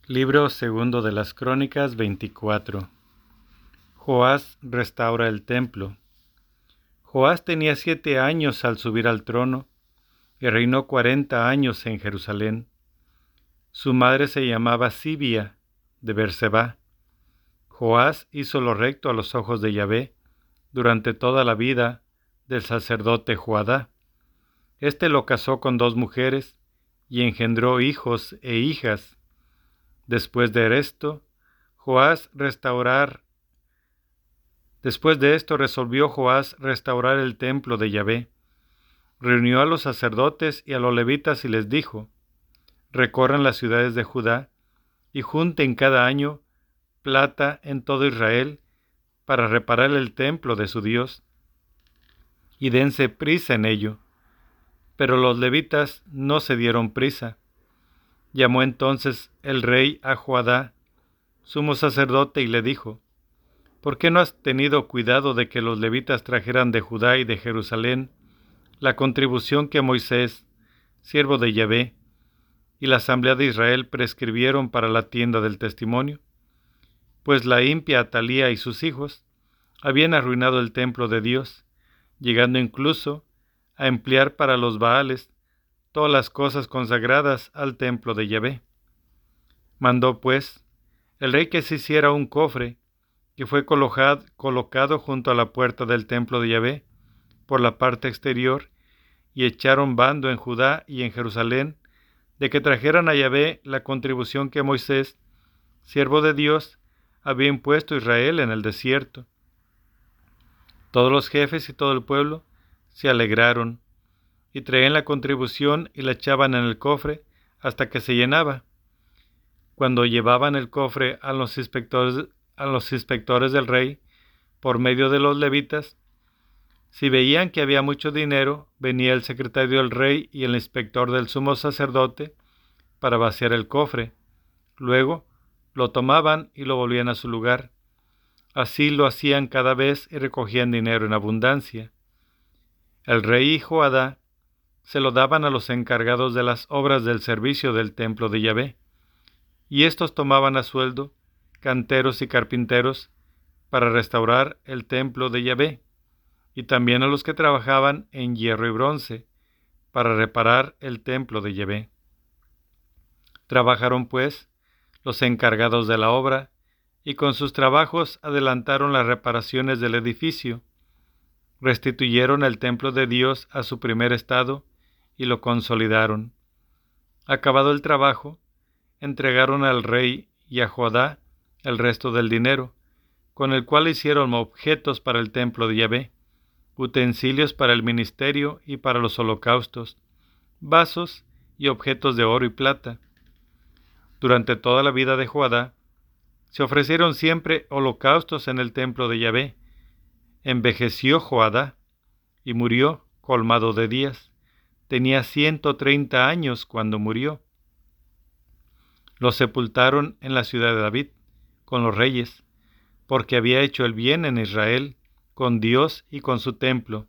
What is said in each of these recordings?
Libro segundo de las Crónicas 24. Joás restaura el templo. Joás tenía 7 años al subir al trono y reinó 40 años en Jerusalén. Su madre se llamaba Sibia de Berseba. Joás hizo lo recto a los ojos de Yahvé durante toda la vida del sacerdote Joadá. Este lo casó con 2 mujeres y engendró hijos e hijas. Después de esto resolvió Joás restaurar el templo de Yahvé. Reunió a los sacerdotes y a los levitas y les dijo: recorran las ciudades de Judá y junten cada año plata en todo Israel para reparar el templo de su Dios, y dense prisa en ello. Pero los levitas no se dieron prisa. Llamó entonces el rey a Joadá, sumo sacerdote, y le dijo: ¿por qué no has tenido cuidado de que los levitas trajeran de Judá y de Jerusalén la contribución que Moisés, siervo de Yahvé, y la asamblea de Israel prescribieron para la tienda del testimonio? Pues la impía Atalía y sus hijos habían arruinado el templo de Dios, llegando incluso a emplear para los Baales todas las cosas consagradas al templo de Yahvé. Mandó, pues, el rey que se hiciera un cofre, que fue colocado junto a la puerta del templo de Yahvé, por la parte exterior, y echaron bando en Judá y en Jerusalén, de que trajeran a Yahvé la contribución que Moisés, siervo de Dios, había impuesto a Israel en el desierto. Todos los jefes y todo el pueblo se alegraron, y traían la contribución y la echaban en el cofre hasta que se llenaba. Cuando llevaban el cofre a los inspectores del rey, por medio de los levitas, si veían que había mucho dinero, venía el secretario del rey y el inspector del sumo sacerdote para vaciar el cofre. Luego lo tomaban y lo volvían a su lugar. Así lo hacían cada vez y recogían dinero en abundancia. El rey y Joadá se lo daban a los encargados de las obras del servicio del templo de Yahvé, y estos tomaban a sueldo canteros y carpinteros para restaurar el templo de Yahvé, y también a los que trabajaban en hierro y bronce para reparar el templo de Yahvé. Trabajaron, pues, los encargados de la obra, y con sus trabajos adelantaron las reparaciones del edificio, restituyeron el templo de Dios a su primer estado y lo consolidaron. Acabado el trabajo, entregaron al rey y a Joadá el resto del dinero, con el cual hicieron objetos para el templo de Yahvé, utensilios para el ministerio y para los holocaustos, vasos y objetos de oro y plata. Durante toda la vida de Joadá, se ofrecieron siempre holocaustos en el templo de Yahvé. Envejeció Joadá y murió colmado de días. Tenía 130 años cuando murió. Lo sepultaron en la ciudad de David, con los reyes, porque había hecho el bien en Israel, con Dios y con su templo.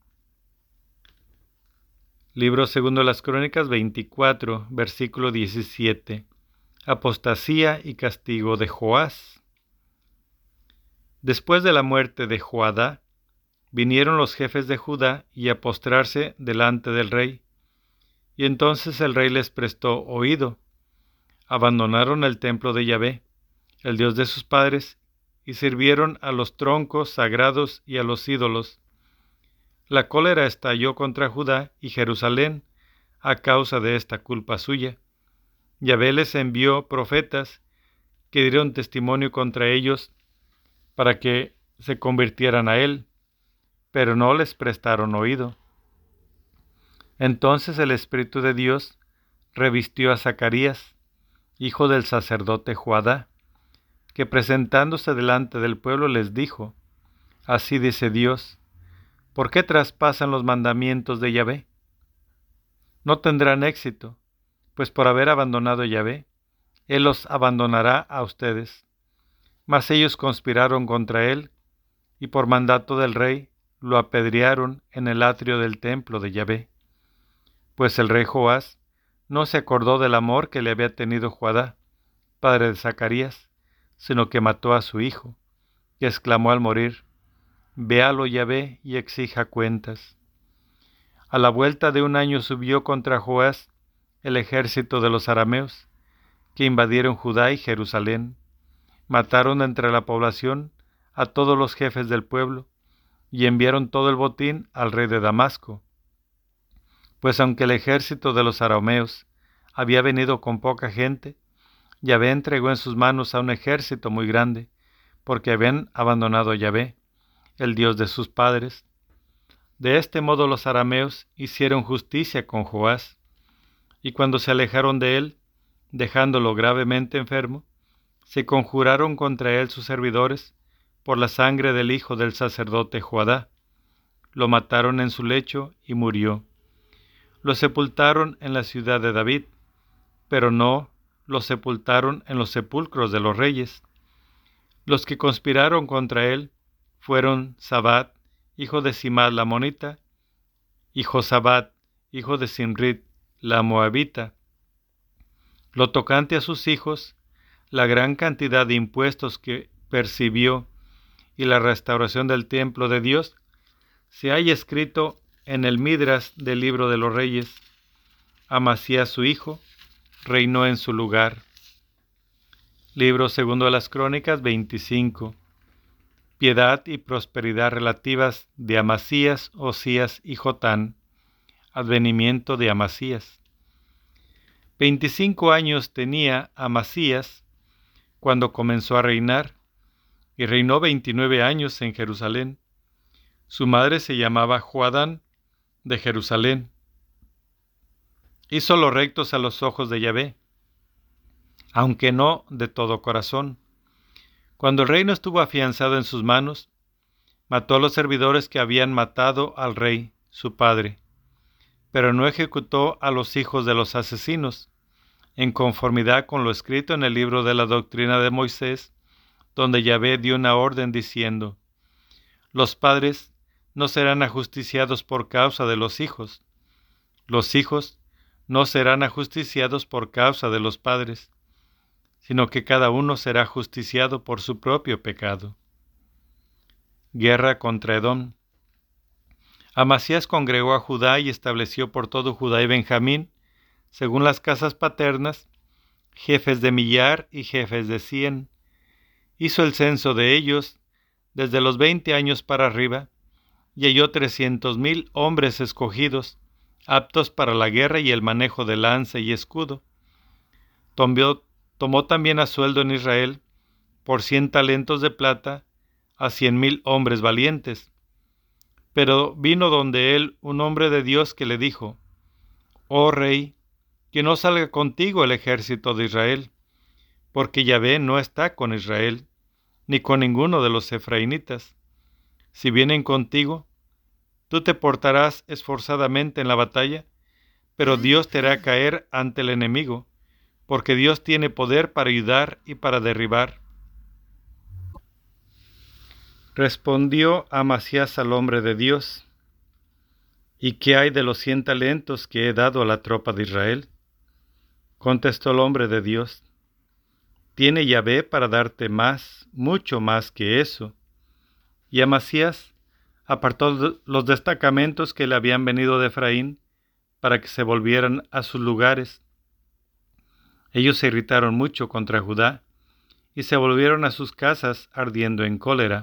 Libro segundo de las Crónicas 24, versículo 17. Apostasía y castigo de Joás. Después de la muerte de Joadá, vinieron los jefes de Judá y a postrarse delante del rey, y entonces el rey les prestó oído. Abandonaron el templo de Yahvé, el Dios de sus padres, y sirvieron a los troncos sagrados y a los ídolos. La cólera estalló contra Judá y Jerusalén a causa de esta culpa suya. Yahvé les envió profetas que dieron testimonio contra ellos para que se convirtieran a él, pero no les prestaron oído. Entonces el Espíritu de Dios revistió a Zacarías, hijo del sacerdote Joadá, que presentándose delante del pueblo les dijo: así dice Dios, ¿por qué traspasan los mandamientos de Yahvé? No tendrán éxito, pues por haber abandonado a Yahvé, Él los abandonará a ustedes. Mas ellos conspiraron contra él, y por mandato del rey lo apedrearon en el atrio del templo de Yahvé. Pues el rey Joás no se acordó del amor que le había tenido Joadá, padre de Zacarías, sino que mató a su hijo, que exclamó al morir: Véalo Yahvé y exija cuentas. A la vuelta de un año subió contra Joás el ejército de los arameos, que invadieron Judá y Jerusalén. Mataron entre la población a todos los jefes del pueblo, y enviaron todo el botín al rey de Damasco. Pues aunque el ejército de los arameos había venido con poca gente, Yahvé entregó en sus manos a un ejército muy grande, porque habían abandonado a Yahvé, el Dios de sus padres. De este modo los arameos hicieron justicia con Joás, y cuando se alejaron de él, dejándolo gravemente enfermo, se conjuraron contra él sus servidores por la sangre del hijo del sacerdote Joadá. Lo mataron en su lecho y murió. Lo sepultaron en la ciudad de David, pero no lo sepultaron en los sepulcros de los reyes. Los que conspiraron contra él fueron Sabat, hijo de Simad la Monita, y Josabat, hijo de Simrit la Moabita. Lo tocante a sus hijos, la gran cantidad de impuestos que percibió y la restauración del templo de Dios, se halla escrito en el Midras del libro de los reyes. Amasías su hijo reinó en su lugar. Libro segundo de las Crónicas 25. Piedad y prosperidad relativas de Amasías, Osías y Jotán. Advenimiento de Amasías. 25 años tenía Amasías cuando comenzó a reinar, y reinó 29 años en Jerusalén. Su madre se llamaba Joadán de Jerusalén. Hizo lo rectos a los ojos de Yahvé, aunque no de todo corazón. Cuando el reino estuvo afianzado en sus manos, mató a los servidores que habían matado al rey, su padre, pero no ejecutó a los hijos de los asesinos, en conformidad con lo escrito en el libro de la doctrina de Moisés, donde Yahvé dio una orden diciendo: Los padres no serán ajusticiados por causa de los hijos no serán ajusticiados por causa de los padres, sino que cada uno será justiciado por su propio pecado. Guerra contra Edom. Amasías congregó a Judá y estableció por todo Judá y Benjamín, según las casas paternas, jefes de millar y jefes de 100. Hizo el censo de ellos desde los 20 años para arriba, y halló 300,000 hombres escogidos, aptos para la guerra y el manejo de lanza y escudo. Tomó también a sueldo en Israel, por 100 talentos de plata, a 100,000 hombres valientes. Pero vino donde él un hombre de Dios que le dijo: Oh rey, que no salga contigo el ejército de Israel, porque Yahvé no está con Israel, ni con ninguno de los efraínitas. Si vienen contigo, tú te portarás esforzadamente en la batalla, pero Dios te hará caer ante el enemigo, porque Dios tiene poder para ayudar y para derribar. Respondió Amasías al hombre de Dios: ¿Y qué hay de los 100 talentos que he dado a la tropa de Israel? Contestó el hombre de Dios: Tiene Yahvé para darte más, mucho más que eso. Y Amasías apartó los destacamentos que le habían venido de Efraín para que se volvieran a sus lugares. Ellos se irritaron mucho contra Judá y se volvieron a sus casas ardiendo en cólera.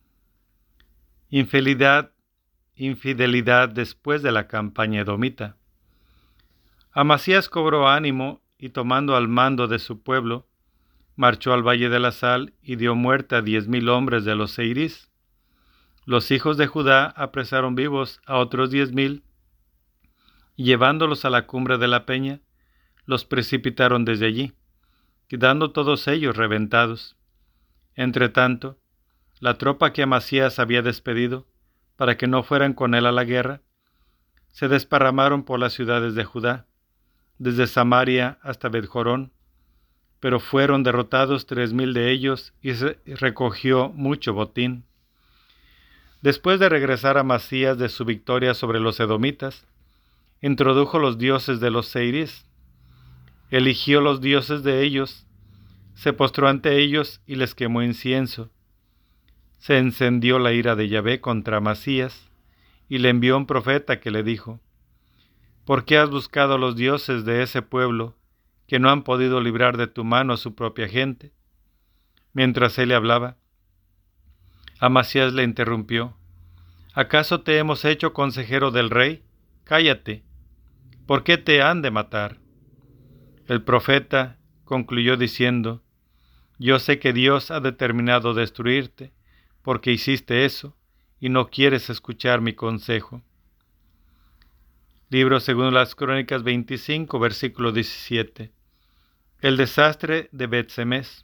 Infidelidad después de la campaña edomita. Amasías cobró ánimo y, tomando al mando de su pueblo, marchó al valle de la Sal y dio muerte a 10,000 hombres de los seirís. Los hijos de Judá apresaron vivos a otros 10,000 y, llevándolos a la cumbre de la peña, los precipitaron desde allí, quedando todos ellos reventados. Entretanto, la tropa que Amasías había despedido para que no fueran con él a la guerra, se desparramaron por las ciudades de Judá, desde Samaria hasta Bet-Jorón, pero fueron derrotados 3,000 de ellos y se recogió mucho botín. Después de regresar Amasías de su victoria sobre los edomitas, introdujo los dioses de los seirís, eligió los dioses de ellos, se postró ante ellos y les quemó incienso. Se encendió la ira de Yahvé contra Amasías, y le envió un profeta que le dijo: ¿Por qué has buscado a los dioses de ese pueblo, que no han podido librar de tu mano a su propia gente? Mientras él le hablaba, Amasías le interrumpió: ¿Acaso te hemos hecho consejero del rey? Cállate. ¿Por qué te han de matar? El profeta concluyó diciendo: Yo sé que Dios ha determinado destruirte, porque hiciste eso, y no quieres escuchar mi consejo. Libro según las Crónicas 25, versículo 17. El desastre de Bet-Semes.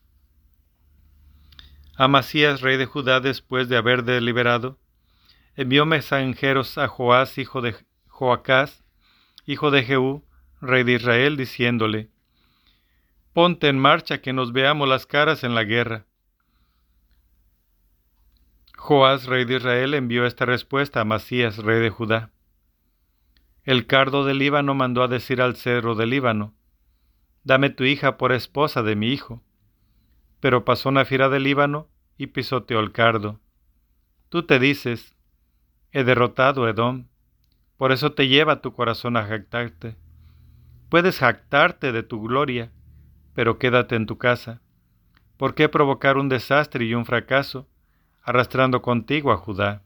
Amasías, rey de Judá, después de haber deliberado, envió mensajeros a Joás, hijo de Joacás, hijo de Jehú, rey de Israel, diciéndole: Ponte en marcha, que nos veamos las caras en la guerra. Joás, rey de Israel, envió esta respuesta a Amasías, rey de Judá: El cardo del Líbano mandó a decir al cedro del Líbano: Dame tu hija por esposa de mi hijo. Pero pasó una fiera del Líbano y pisoteó el cardo. Tú te dices: He derrotado a Edom. Por eso te lleva tu corazón a jactarte. Puedes jactarte de tu gloria, pero quédate en tu casa. ¿Por qué provocar un desastre y un fracaso, arrastrando contigo a Judá?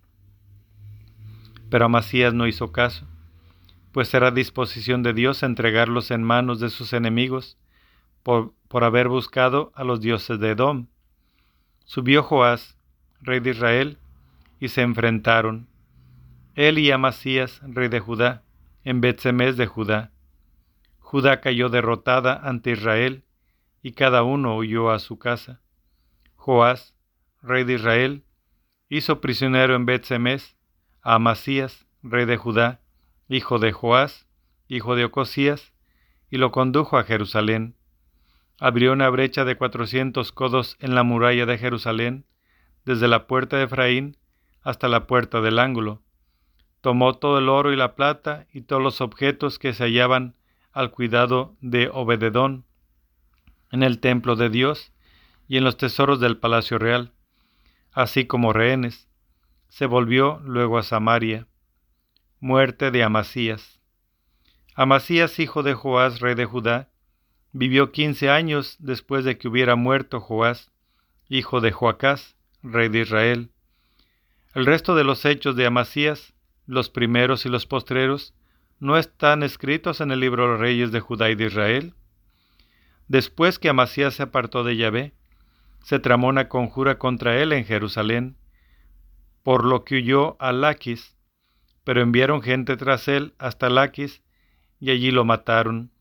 Pero Amasías no hizo caso, pues era disposición de Dios entregarlos en manos de sus enemigos por haber buscado a los dioses de Edom. Subió Joás, rey de Israel, y se enfrentaron, él y Amasías, rey de Judá, en Bet-Semes de Judá. Judá cayó derrotada ante Israel, y cada uno huyó a su casa. Joás, rey de Israel, hizo prisionero en Bet-Semes a Amasías, rey de Judá, hijo de Joás, hijo de Ocosías, y lo condujo a Jerusalén. Abrió una brecha de 400 codos en la muralla de Jerusalén, desde la puerta de Efraín hasta la puerta del ángulo. Tomó todo el oro y la plata y todos los objetos que se hallaban al cuidado de Obededón en el templo de Dios y en los tesoros del palacio real, así como rehenes. Se volvió luego a Samaria. Muerte de Amasías. Amasías, hijo de Joás, rey de Judá, vivió 15 años después de que hubiera muerto Joás, hijo de Joacás, rey de Israel. El resto de los hechos de Amasías, los primeros y los postreros, ¿no están escritos en el libro de los reyes de Judá y de Israel? Después que Amasías se apartó de Yahvé, se tramó una conjura contra él en Jerusalén, por lo que huyó a Laquis, pero enviaron gente tras él hasta Laquis, y allí lo mataron.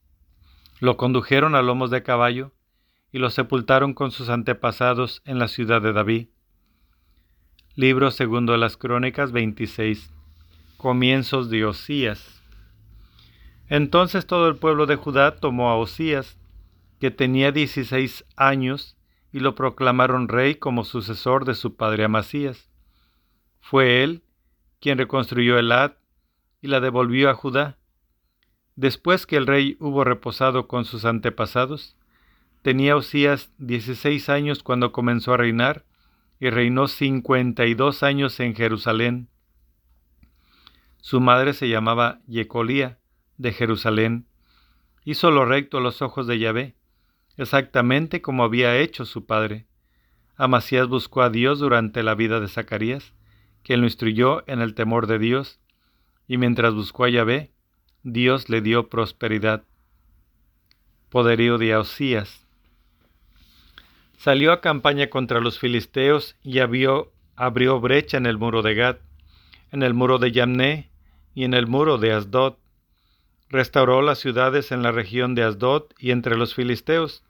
Lo condujeron a lomos de caballo, y lo sepultaron con sus antepasados en la ciudad de David. Libro segundo de las Crónicas 26. Comienzos de Osías. Entonces todo el pueblo de Judá tomó a Osías, que tenía 16 años, y lo proclamaron rey como sucesor de su padre Amasías. Fue él quien reconstruyó Elad y la devolvió a Judá. Después que el rey hubo reposado con sus antepasados, tenía Osías 16 años cuando comenzó a reinar, y reinó 52 años en Jerusalén. Su madre se llamaba Yecolía, de Jerusalén. Hizo lo recto a los ojos de Yahvé, exactamente como había hecho su padre. Amasías buscó a Dios durante la vida de Zacarías, quien lo instruyó en el temor de Dios, y mientras buscó a Yahvé, Dios le dio prosperidad. Poderío de Osías. Salió a campaña contra los filisteos y abrió brecha en el muro de Gad, en el muro de Yamné y en el muro de Asdod. Restauró las ciudades en la región de Asdod y entre los filisteos.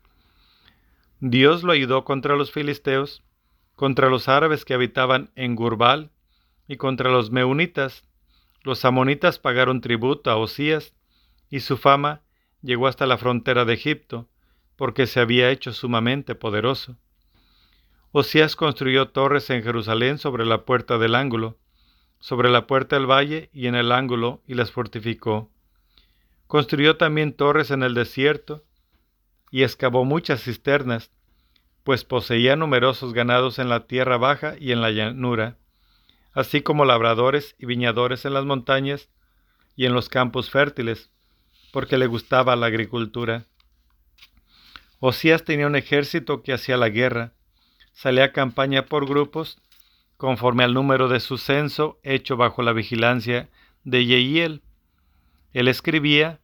Dios lo ayudó contra los filisteos, contra los árabes que habitaban en Gurbal y contra los meunitas. Los amonitas pagaron tributo a Osías, y su fama llegó hasta la frontera de Egipto, porque se había hecho sumamente poderoso. Osías construyó torres en Jerusalén sobre la puerta del ángulo, sobre la puerta del valle y en el ángulo, y las fortificó. Construyó también torres en el desierto, y excavó muchas cisternas, pues poseía numerosos ganados en la tierra baja y en la llanura, así como labradores y viñadores en las montañas y en los campos fértiles, porque le gustaba la agricultura. Osías tenía un ejército que hacía la guerra, salía a campaña por grupos, conforme al número de su censo hecho bajo la vigilancia de Yehiel, el escriba,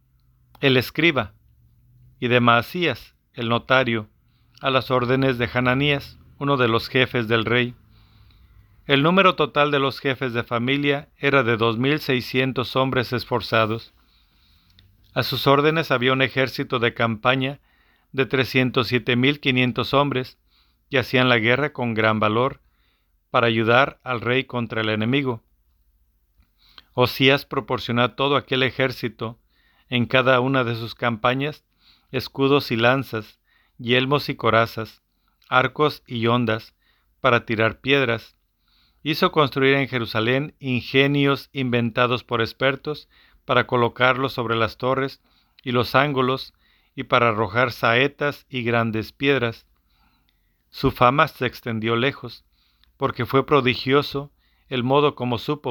y de Maasías, el notario, a las órdenes de Hananías, uno de los jefes del rey. El número total de los jefes de familia era de 2.600 hombres esforzados. A sus órdenes había un ejército de campaña de 307.500 hombres que hacían la guerra con gran valor para ayudar al rey contra el enemigo. Osías proporcionó a todo aquel ejército, en cada una de sus campañas, escudos y lanzas, yelmos y corazas, arcos y hondas, para tirar piedras. Hizo construir en Jerusalén ingenios inventados por expertos para colocarlos sobre las torres y los ángulos y para arrojar saetas y grandes piedras. Su fama se extendió lejos, porque fue prodigioso el modo como supo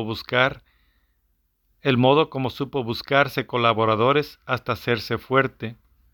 buscarse colaboradores hasta hacerse fuerte.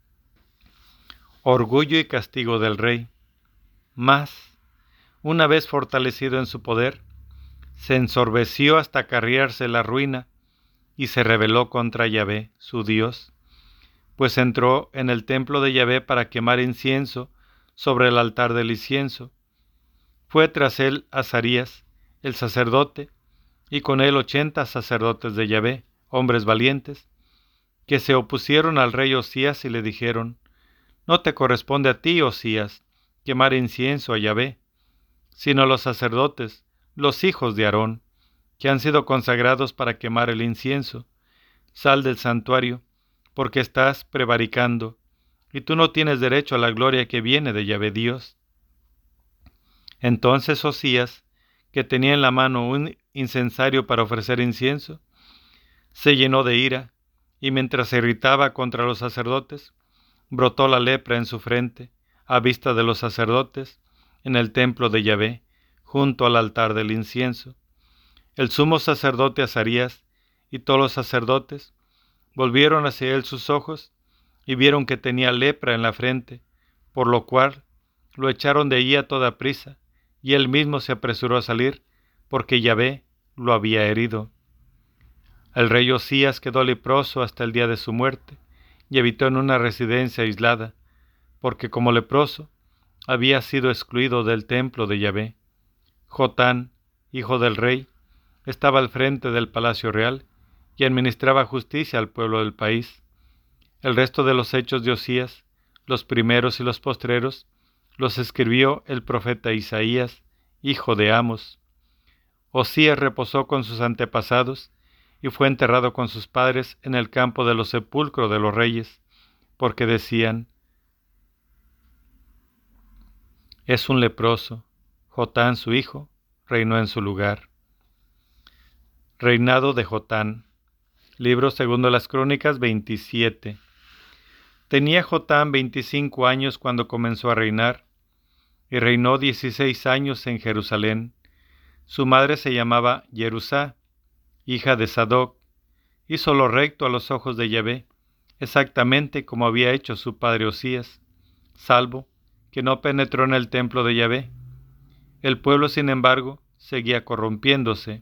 Orgullo y castigo del rey. Mas, una vez fortalecido en su poder, se ensorbeció hasta acarrearse la ruina y se rebeló contra Yahvé, su Dios, pues entró en el templo de Yahvé para quemar incienso sobre el altar del incienso. Fue tras él Azarías, el sacerdote, y con él 80 sacerdotes de Yahvé, hombres valientes, que se opusieron al rey Osías y le dijeron: «No te corresponde a ti, Osías, quemar incienso a Yahvé, sino a los sacerdotes, los hijos de Aarón, que han sido consagrados para quemar el incienso. Sal del santuario, porque estás prevaricando, y tú no tienes derecho a la gloria que viene de Yahvé Dios». Entonces Osías, que tenía en la mano un incensario para ofrecer incienso, se llenó de ira, y mientras se irritaba contra los sacerdotes, brotó la lepra en su frente, a vista de los sacerdotes, en el templo de Yahvé, junto al altar del incienso. El sumo sacerdote Azarías y todos los sacerdotes volvieron hacia él sus ojos y vieron que tenía lepra en la frente, por lo cual lo echaron de allí a toda prisa, y él mismo se apresuró a salir, porque Yahvé lo había herido. El rey Osías quedó leproso hasta el día de su muerte, y habitó en una residencia aislada, porque como leproso había sido excluido del templo de Yahvé. Jotán, hijo del rey, estaba al frente del palacio real y administraba justicia al pueblo del país. El resto de los hechos de Osías, los primeros y los postreros, los escribió el profeta Isaías, hijo de Amos. Osías reposó con sus antepasados y fue enterrado con sus padres en el campo de los sepulcros de los reyes, porque decían: «Es un leproso». Jotán, su hijo, reinó en su lugar. Reinado de Jotán. Libro segundo de las Crónicas 27. Tenía Jotán 25 años cuando comenzó a reinar, y reinó 16 años en Jerusalén. Su madre se llamaba Jerusá, hija de Sadoc. Hizo lo recto a los ojos de Yahvé, exactamente como había hecho su padre Osías, salvo que no penetró en el templo de Yahvé. El pueblo, sin embargo, seguía corrompiéndose.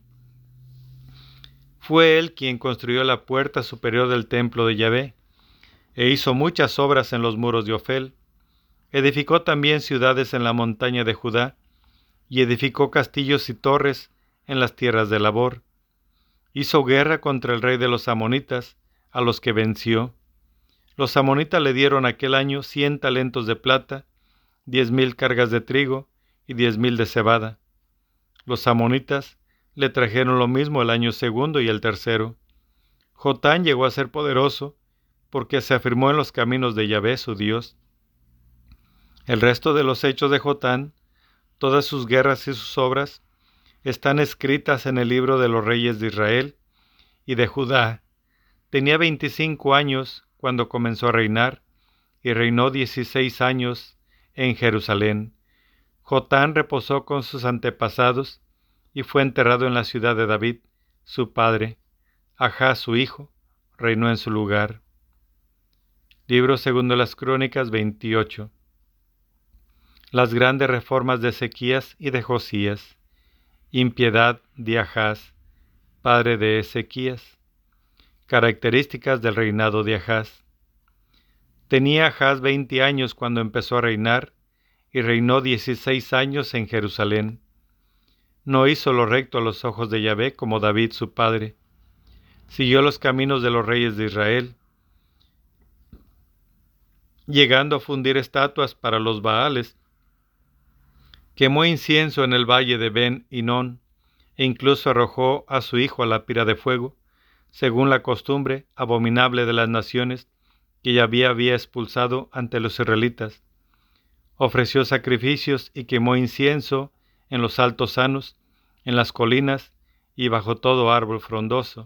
Fue él quien construyó la puerta superior del templo de Yahvé, e hizo muchas obras en los muros de Ofel. Edificó también ciudades en la montaña de Judá, y edificó castillos y torres en las tierras de Labor. Hizo guerra contra el rey de los amonitas, a los que venció. Los amonitas le dieron aquel año 100 talentos de plata, 10,000 cargas de trigo y 10,000 de cebada. Los amonitas le trajeron lo mismo el año segundo y el tercero. Jotán llegó a ser poderoso porque se afirmó en los caminos de Yahvé su Dios. El resto de los hechos de Jotán, todas sus guerras y sus obras, están escritas en el libro de los reyes de Israel y de Judá. Tenía 25 años cuando comenzó a reinar, y reinó 16 años en Jerusalén. Jotán reposó con sus antepasados y fue enterrado en la ciudad de David, su padre. Achz, su hijo, reinó en su lugar. Libro segundo de las Crónicas 28. Las grandes reformas de Ezequías y de Josías. Impiedad de Achz, padre de Ezequías. Características del reinado de Achz. Tenía Achz 20 años cuando empezó a reinar y reinó 16 años en Jerusalén. No hizo lo recto a los ojos de Yahvé como David su padre. Siguió los caminos de los reyes de Israel, llegando a fundir estatuas para los Baales. Quemó incienso en el valle de Ben Hinón e incluso arrojó a su hijo a la pira de fuego, según la costumbre abominable de las naciones que Yahvé había expulsado ante los israelitas. Ofreció sacrificios y quemó incienso en los altos sanos, en las colinas y bajo todo árbol frondoso.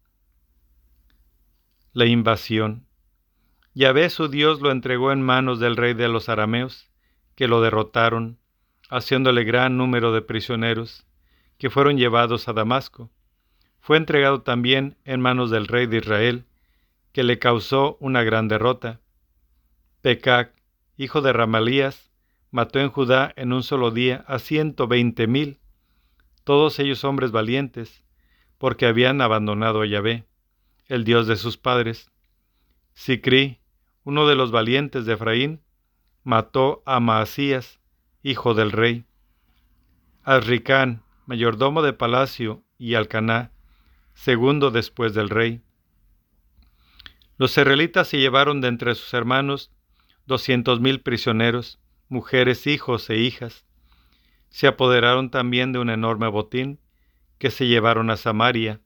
La invasión. Yahvé su Dios lo entregó en manos del rey de los arameos, que lo derrotaron, haciéndole gran número de prisioneros, que fueron llevados a Damasco. Fue entregado también en manos del rey de Israel, que le causó una gran derrota. Pecac, hijo de Ramalías, mató en Judá en un solo día a 120,000, todos ellos hombres valientes, porque habían abandonado a Yahvé, el Dios de sus padres. Sicrí, uno de los valientes de Efraín, mató a Maasías, hijo del rey. Azricán, mayordomo de palacio, y Alcaná, segundo después del rey. Los israelitas se llevaron de entre sus hermanos 200,000 prisioneros, mujeres, hijos e hijas. Se apoderaron también de un enorme botín que se llevaron a Samaria.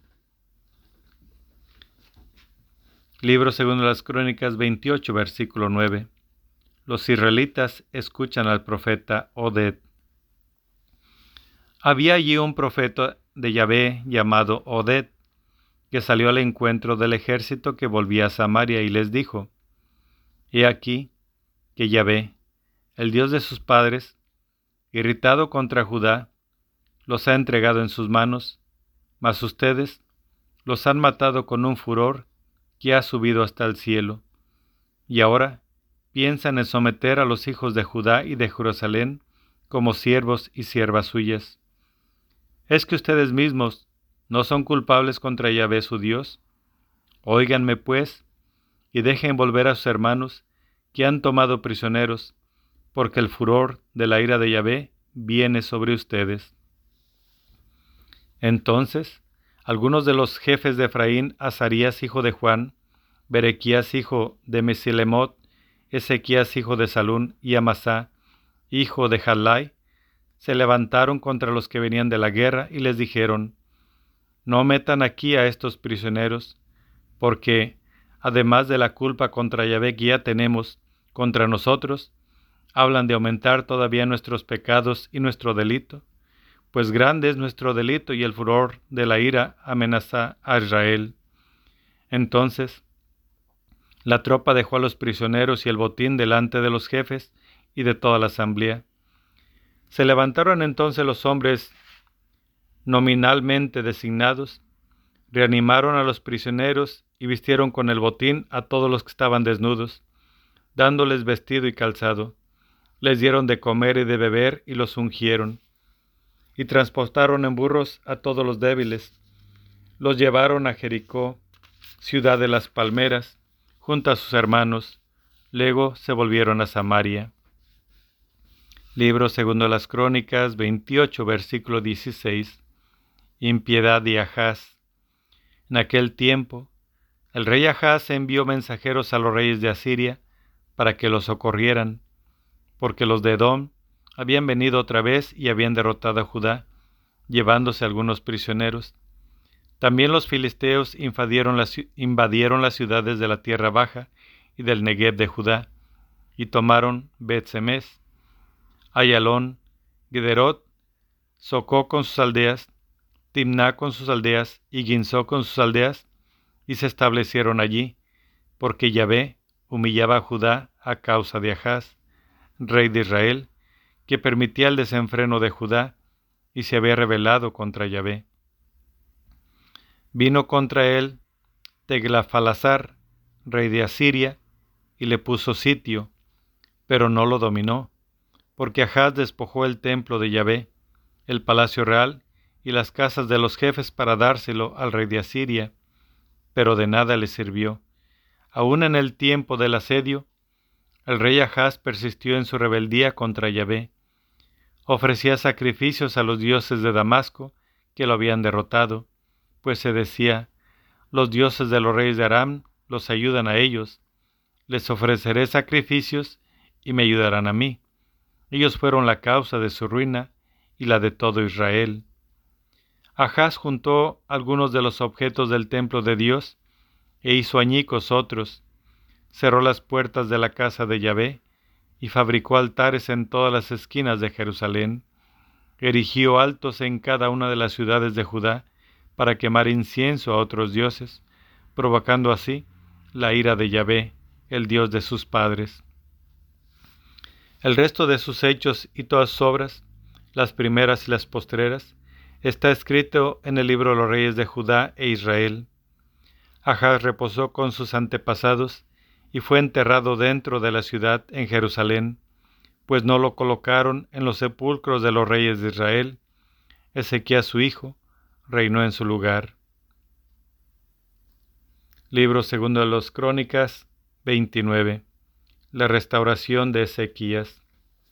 Libro segundo de las Crónicas 28, versículo 9. Los israelitas escuchan al profeta Oded. Había allí un profeta de Yahvé llamado Oded, que salió al encuentro del ejército que volvía a Samaria y les dijo: He aquí que Yahvé, el Dios de sus padres, irritado contra Judá, los ha entregado en sus manos, mas ustedes los han matado con un furor que ha subido hasta el cielo, y ahora piensan en someter a los hijos de Judá y de Jerusalén como siervos y siervas suyas. ¿Es que ustedes mismos no son culpables contra Yahvé su Dios? Óiganme pues, y dejen volver a sus hermanos que han tomado prisioneros, porque el furor de la ira de Yahvé viene sobre ustedes. Entonces, algunos de los jefes de Efraín, Azarías hijo de Juan, Berequías hijo de Mesilemot, Ezequías hijo de Salún y Amasá, hijo de Jalai, se levantaron contra los que venían de la guerra y les dijeron: No metan aquí a estos prisioneros, porque, además de la culpa contra Yahvé que ya tenemos contra nosotros, hablan de aumentar todavía nuestros pecados y nuestro delito, pues grande es nuestro delito y el furor de la ira amenaza a Israel. Entonces, la tropa dejó a los prisioneros y el botín delante de los jefes y de toda la asamblea. Se levantaron entonces los hombres nominalmente designados, reanimaron a los prisioneros y vistieron con el botín a todos los que estaban desnudos, dándoles vestido y calzado. Les dieron de comer y de beber y los ungieron. Y transportaron en burros a todos los débiles. Los llevaron a Jericó, ciudad de las palmeras, junto a sus hermanos. Luego se volvieron a Samaria. Libro segundo de las Crónicas 28, versículo 16. Impiedad de Achz. En aquel tiempo, el rey Achz envió mensajeros a los reyes de Asiria para que los socorrieran, porque los de Edom habían venido otra vez y habían derrotado a Judá, llevándose algunos prisioneros. También los filisteos invadieron las ciudades de la tierra baja y del Negev de Judá, y tomaron Bet-Semes, Ayalón, Gederot, Socó con sus aldeas, Timná con sus aldeas y Ginzó con sus aldeas, y se establecieron allí, porque Yahvé humillaba a Judá a causa de Achz, rey de Israel, que permitía el desenfreno de Judá y se había rebelado contra Yahvé. Vino contra él Teglafalasar, rey de Asiria, y le puso sitio, pero no lo dominó, porque Achz despojó el templo de Yahvé, el palacio real y las casas de los jefes para dárselo al rey de Asiria, pero de nada le sirvió. Aún en el tiempo del asedio, el rey Achz persistió en su rebeldía contra Yahvé. Ofrecía sacrificios a los dioses de Damasco que lo habían derrotado, pues se decía: los dioses de los reyes de Aram los ayudan a ellos. Les ofreceré sacrificios y me ayudarán a mí. Ellos fueron la causa de su ruina y la de todo Israel. Achz juntó algunos de los objetos del templo de Dios e hizo añicos otros. Cerró las puertas de la casa de Yahvé y fabricó altares en todas las esquinas de Jerusalén. Erigió altos en cada una de las ciudades de Judá para quemar incienso a otros dioses, provocando así la ira de Yahvé, el Dios de sus padres. El resto de sus hechos y todas sus obras, las primeras y las postreras, está escrito en el libro de los reyes de Judá e Israel. Achz reposó con sus antepasados y fue enterrado dentro de la ciudad en Jerusalén, pues no lo colocaron en los sepulcros de los reyes de Israel. Ezequías su hijo reinó en su lugar. Libro segundo de los Crónicas 29. La restauración de Ezequías.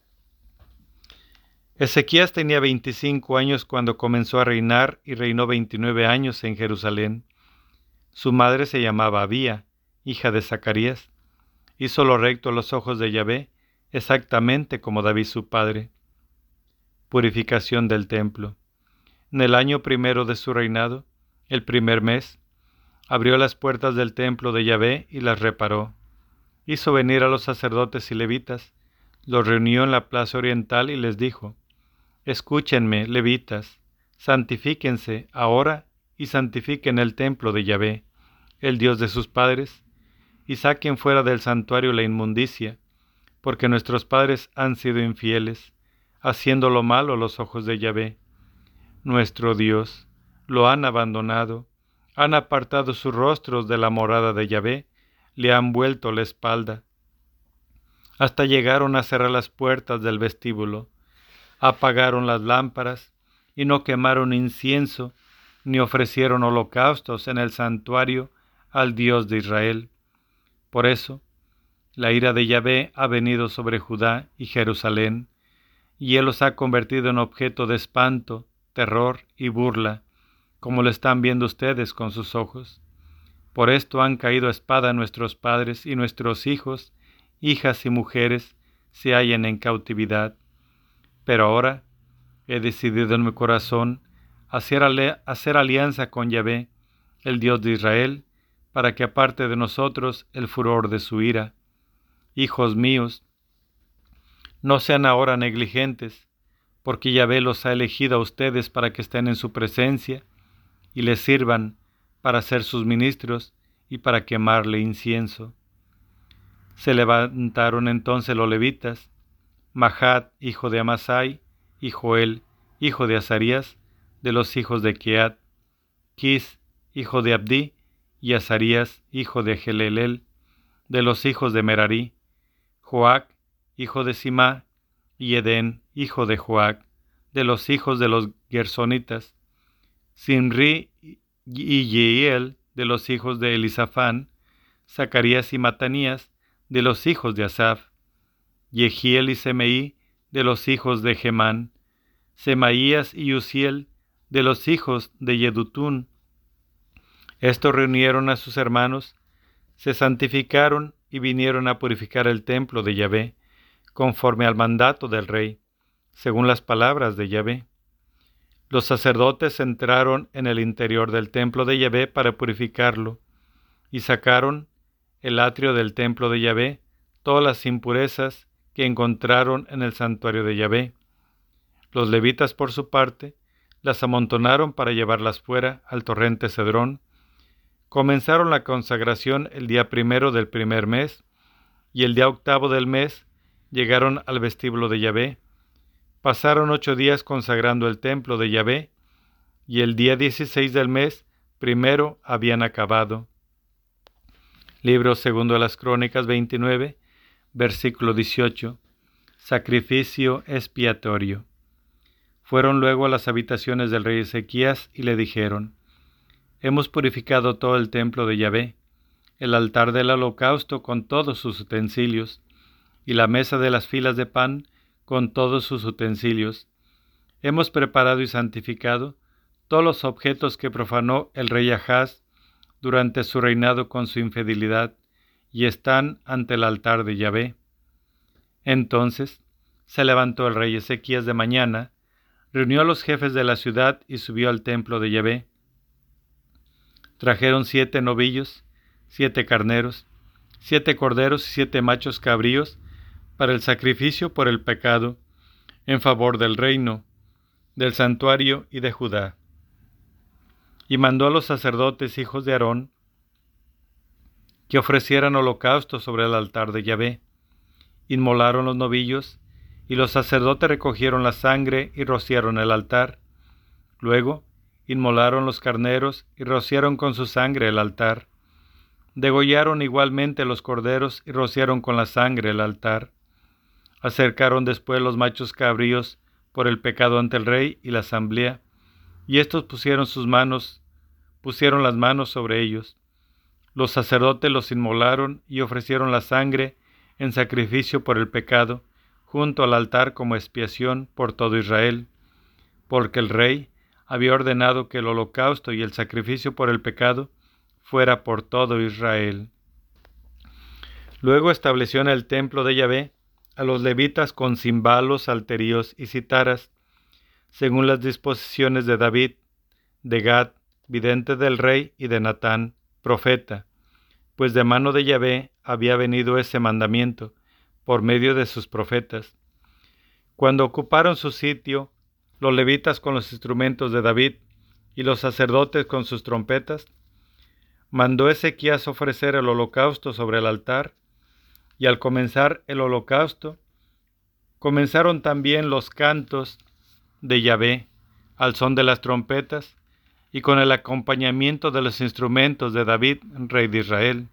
Ezequías tenía 25 años cuando comenzó a reinar y reinó 29 años en Jerusalén. Su madre se llamaba Abía, hija de Zacarías. Hizo lo recto a los ojos de Yahvé, exactamente como David su padre. Purificación del templo. En el año primero de su reinado, el primer mes, abrió las puertas del templo de Yahvé y las reparó. Hizo venir a los sacerdotes y levitas, los reunió en la plaza oriental y les dijo: escúchenme, levitas, santifíquense ahora y santifiquen el templo de Yahvé, el Dios de sus padres, y saquen fuera del santuario la inmundicia, porque nuestros padres han sido infieles, haciendo lo malo a los ojos de Yahvé, nuestro Dios. Lo han abandonado, han apartado sus rostros de la morada de Yahvé, le han vuelto la espalda. Hasta llegaron a cerrar las puertas del vestíbulo, apagaron las lámparas y no quemaron incienso, ni ofrecieron holocaustos en el santuario al Dios de Israel. Por eso, la ira de Yahvé ha venido sobre Judá y Jerusalén, y él los ha convertido en objeto de espanto, terror y burla, como lo están viendo ustedes con sus ojos. Por esto han caído a espada nuestros padres y nuestros hijos, hijas y mujeres se hallan en cautividad. Pero ahora he decidido en mi corazón hacer alianza con Yahvé, el Dios de Israel, para que aparte de nosotros el furor de su ira. Hijos míos, no sean ahora negligentes, porque Yahvé los ha elegido a ustedes para que estén en su presencia y les sirvan para ser sus ministros y para quemarle incienso. Se levantaron entonces los levitas, Mahat, hijo de Amasai, y Joel, hijo de Azarías, de los hijos de Keat, Quis, hijo de Abdí, y Azarías, hijo de Gelelel, de los hijos de Merarí, Joac, hijo de Simá, y Edén, hijo de Joac, de los hijos de los Gersonitas, Simri y Yeiel, de los hijos de Elisafán, Zacarías y Matanías, de los hijos de Asaf, Yehiel y Semeí, de los hijos de Gemán, Semaías y Uziel, de los hijos de Yedutún. Estos reunieron a sus hermanos, se santificaron y vinieron a purificar el templo de Yahvé, conforme al mandato del rey, según las palabras de Yahvé. Los sacerdotes entraron en el interior del templo de Yahvé para purificarlo, y sacaron el atrio del templo de Yahvé, todas las impurezas que encontraron en el santuario de Yahvé. Los levitas, por su parte, las amontonaron para llevarlas fuera al torrente Cedrón. Comenzaron la consagración el día primero del primer mes y el día 8º del mes llegaron al vestíbulo de Yahvé. Pasaron 8 días consagrando el templo de Yahvé, y el día 16 del mes primero habían acabado. Libro segundo de las Crónicas 29, versículo 18. Sacrificio expiatorio. Fueron luego a las habitaciones del rey Ezequías y le dijeron: Hemos purificado todo el templo de Yahvé, el altar del holocausto con todos sus utensilios, y la mesa de las filas de pan con todos sus utensilios. Hemos preparado y santificado todos los objetos que profanó el rey Ahaz durante su reinado con su infidelidad, y están ante el altar de Yahvé. Entonces se levantó el rey Ezequías de mañana, reunió a los jefes de la ciudad y subió al templo de Yahvé. Trajeron 7 novillos, 7 carneros, 7 corderos y 7 machos cabríos para el sacrificio por el pecado, en favor del reino, del santuario y de Judá. Y mandó a los sacerdotes hijos de Aarón que ofrecieran holocausto sobre el altar de Yahvé. Inmolaron los novillos, y los sacerdotes recogieron la sangre y rociaron el altar. Luego inmolaron los carneros y rociaron con su sangre el altar. Degollaron igualmente los corderos y rociaron con la sangre el altar. Acercaron después los machos cabríos por el pecado ante el rey y la asamblea, y estos pusieron las manos sobre ellos. Los sacerdotes los inmolaron y ofrecieron la sangre en sacrificio por el pecado, junto al altar como expiación por todo Israel, porque el rey había ordenado que el holocausto y el sacrificio por el pecado fuera por todo Israel. Luego estableció en el templo de Yahvé a los levitas con cimbalos, salterios y citaras, según las disposiciones de David, de Gad, vidente del rey, y de Natán, profeta, pues de mano de Yahvé había venido ese mandamiento, por medio de sus profetas. Cuando ocuparon su sitio, los levitas con los instrumentos de David, y los sacerdotes con sus trompetas, mandó Ezequías ofrecer el holocausto sobre el altar, y al comenzar el holocausto, comenzaron también los cantos de Yahvé, al son de las trompetas, y con el acompañamiento de los instrumentos de David, rey de Israel.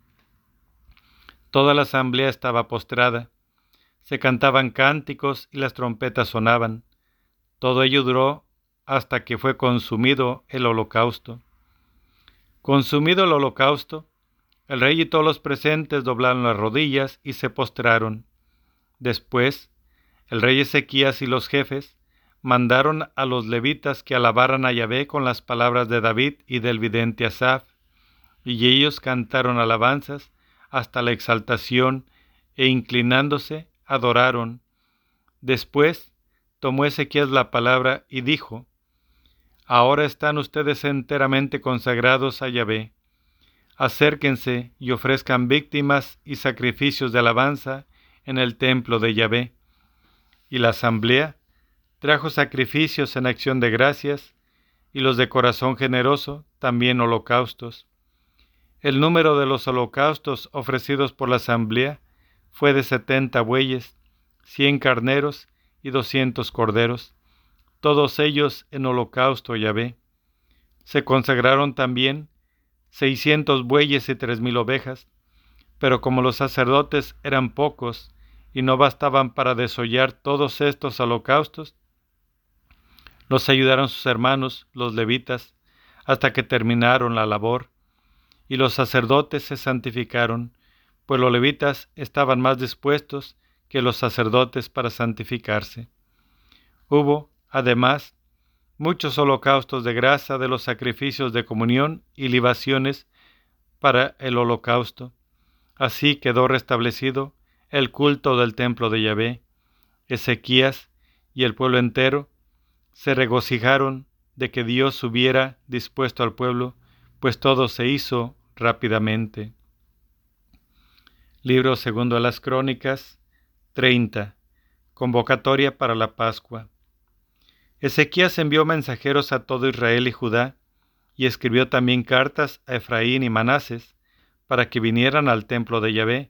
Toda la asamblea estaba postrada, se cantaban cánticos y las trompetas sonaban. Todo ello duró hasta que fue consumido el holocausto. Consumido el holocausto, el rey y todos los presentes doblaron las rodillas y se postraron. Después, el rey Ezequías y los jefes mandaron a los levitas que alabaran a Yahvé con las palabras de David y del vidente Asaf, y ellos cantaron alabanzas hasta la exaltación, e inclinándose, adoraron. Después tomó Ezequías la palabra y dijo: Ahora están ustedes enteramente consagrados a Yahvé. Acérquense y ofrezcan víctimas y sacrificios de alabanza en el templo de Yahvé. Y la asamblea trajo sacrificios en acción de gracias, y los de corazón generoso también holocaustos. El número de los holocaustos ofrecidos por la asamblea fue de 70 bueyes, 100 carneros y 200 corderos, todos ellos en holocausto a Yahvé. Se consagraron también 600 bueyes y 3,000 ovejas, pero como los sacerdotes eran pocos y no bastaban para desollar todos estos holocaustos, los ayudaron sus hermanos, los levitas, hasta que terminaron la labor, y los sacerdotes se santificaron, pues los levitas estaban más dispuestos que los sacerdotes para santificarse. Hubo, además, muchos holocaustos de grasa de los sacrificios de comunión y libaciones para el holocausto. Así quedó restablecido el culto del templo de Yahvé. Ezequías y el pueblo entero se regocijaron de que Dios hubiera dispuesto al pueblo, pues todo se hizo rápidamente. Libro segundo de las Crónicas 30. Convocatoria para la Pascua. Ezequías envió mensajeros a todo Israel y Judá, y escribió también cartas a Efraín y Manases, para que vinieran al templo de Yahvé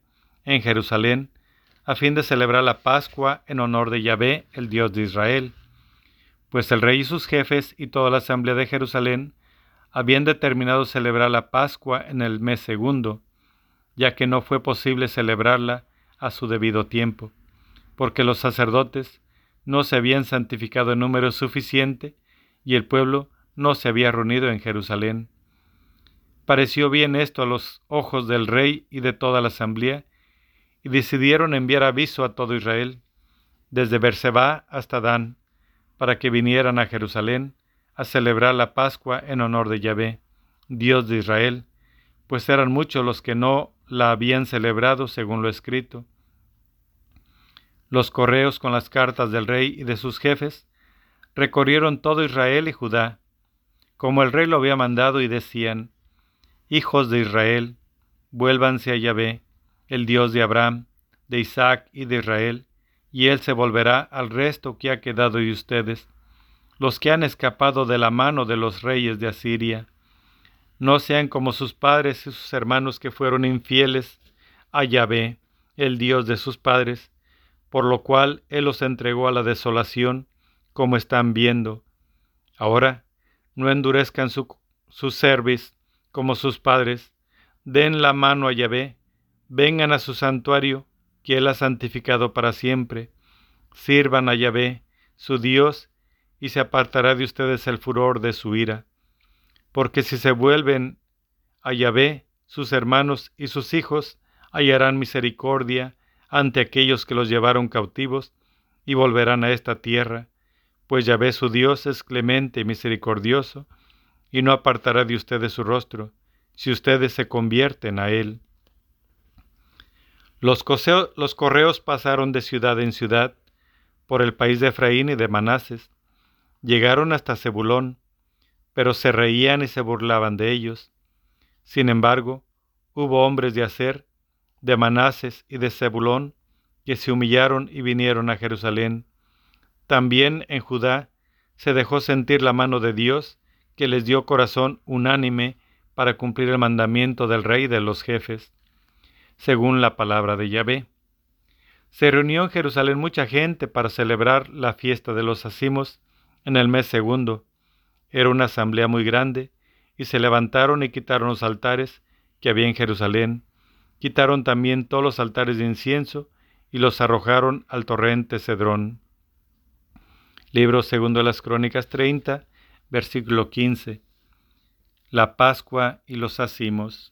en Jerusalén, a fin de celebrar la Pascua en honor de Yahvé, el Dios de Israel. Pues el rey y sus jefes y toda la asamblea de Jerusalén habían determinado celebrar la Pascua en el mes segundo, ya que no fue posible celebrarla a su debido tiempo, porque los sacerdotes no se habían santificado en número suficiente y el pueblo no se había reunido en Jerusalén. Pareció bien esto a los ojos del rey y de toda la asamblea, y decidieron enviar aviso a todo Israel, desde Berseba hasta Dan, para que vinieran a Jerusalén a celebrar la Pascua en honor de Yahvé, Dios de Israel, pues eran muchos los que no la habían celebrado según lo escrito. Los correos con las cartas del rey y de sus jefes recorrieron todo Israel y Judá, como el rey lo había mandado, y decían: Hijos de Israel, vuélvanse a Yahvé, el Dios de Abraham, de Isaac y de Israel, y él se volverá al resto que ha quedado de ustedes, los que han escapado de la mano de los reyes de Asiria. No sean como sus padres y sus hermanos que fueron infieles a Yahvé, el Dios de sus padres, por lo cual él los entregó a la desolación, como están viendo. Ahora, no endurezcan su cerviz como sus padres, den la mano a Yahvé, vengan a su santuario, que él ha santificado para siempre, sirvan a Yahvé, su Dios, y se apartará de ustedes el furor de su ira. Porque si se vuelven a Yahvé, sus hermanos y sus hijos hallarán misericordia ante aquellos que los llevaron cautivos y volverán a esta tierra, pues Yahvé su Dios es clemente y misericordioso, y no apartará de ustedes su rostro, si ustedes se convierten a él. Los correos pasaron de ciudad en ciudad, por el país de Efraín y de Manases, llegaron hasta Zebulón, pero se reían y se burlaban de ellos. Sin embargo, hubo hombres de Aser, de Manases y de Zebulón, que se humillaron y vinieron a Jerusalén. También en Judá se dejó sentir la mano de Dios, que les dio corazón unánime para cumplir el mandamiento del rey y de los jefes, según la palabra de Yahvé. Se reunió en Jerusalén mucha gente para celebrar la fiesta de los ázimos en el mes segundo. Era una asamblea muy grande, y se levantaron y quitaron los altares que había en Jerusalén. Quitaron también todos los altares de incienso y los arrojaron al torrente Cedrón. Libro segundo de las Crónicas 30, versículo 15. La Pascua y los ázimos.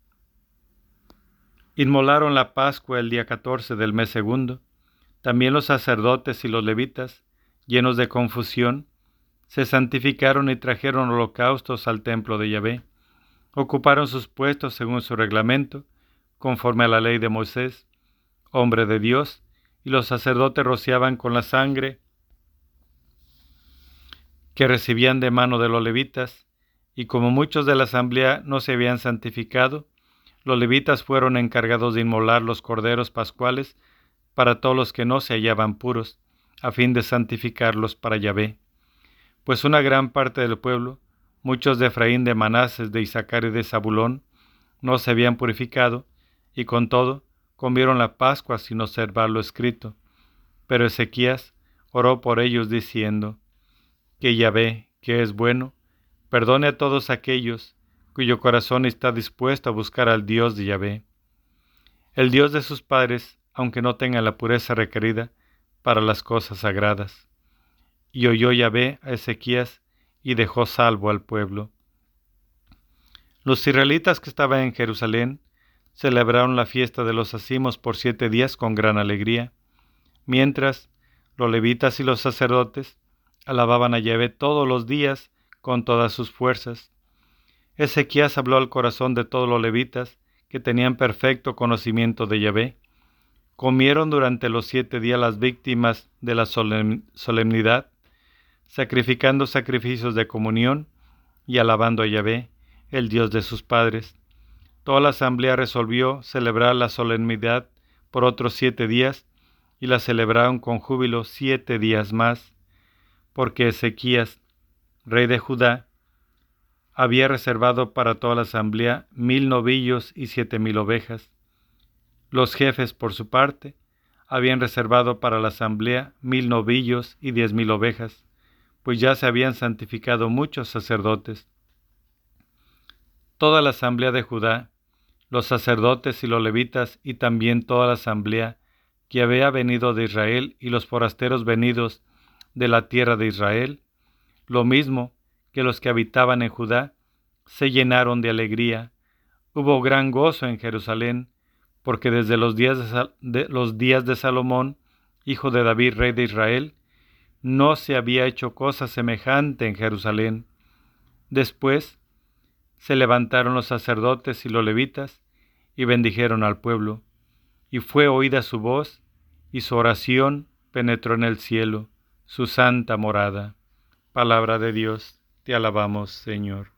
Inmolaron la Pascua el día 14 del mes segundo. También los sacerdotes y los levitas, llenos de confusión, se santificaron y trajeron holocaustos al templo de Yahvé. Ocuparon sus puestos según su reglamento, conforme a la ley de Moisés, hombre de Dios, y los sacerdotes rociaban con la sangre que recibían de mano de los levitas, y como muchos de la asamblea no se habían santificado, los levitas fueron encargados de inmolar los corderos pascuales para todos los que no se hallaban puros, a fin de santificarlos para Yahvé. Pues una gran parte del pueblo, muchos de Efraín, de Manases, de Isaacar y de Zabulón, no se habían purificado, y con todo comieron la Pascua sin observar lo escrito. Pero Ezequías oró por ellos diciendo: que Yahvé, que es bueno, perdone a todos aquellos cuyo corazón está dispuesto a buscar al Dios de Yahvé, el Dios de sus padres, aunque no tenga la pureza requerida para las cosas sagradas. Y oyó Yahvé a Ezequías y dejó salvo al pueblo. Los israelitas que estaban en Jerusalén celebraron la fiesta de los ázimos por 7 días con gran alegría, mientras los levitas y los sacerdotes alababan a Yahvé todos los días con todas sus fuerzas. Ezequías habló al corazón de todos los levitas que tenían perfecto conocimiento de Yahvé. Comieron durante los 7 días las víctimas de la solemnidad, sacrificando sacrificios de comunión y alabando a Yahvé, el Dios de sus padres. Toda la asamblea resolvió celebrar la solemnidad por otros 7 días, y la celebraron con júbilo 7 días más, porque Ezequías, rey de Judá, había reservado para toda la asamblea 1000 novillos y 7000 ovejas. Los jefes, por su parte, habían reservado para la asamblea 1000 novillos y 10,000 ovejas, pues ya se habían santificado muchos sacerdotes. Toda la asamblea de Judá, los sacerdotes y los levitas, y también toda la asamblea que había venido de Israel y los forasteros venidos de la tierra de Israel, lo mismo que los que habitaban en Judá, se llenaron de alegría. Hubo gran gozo en Jerusalén, porque desde los días de Salomón, hijo de David, rey de Israel, no se había hecho cosa semejante en Jerusalén. Después se levantaron los sacerdotes y los levitas y bendijeron al pueblo, y fue oída su voz, y su oración penetró en el cielo, su santa morada. Palabra de Dios, te alabamos, Señor.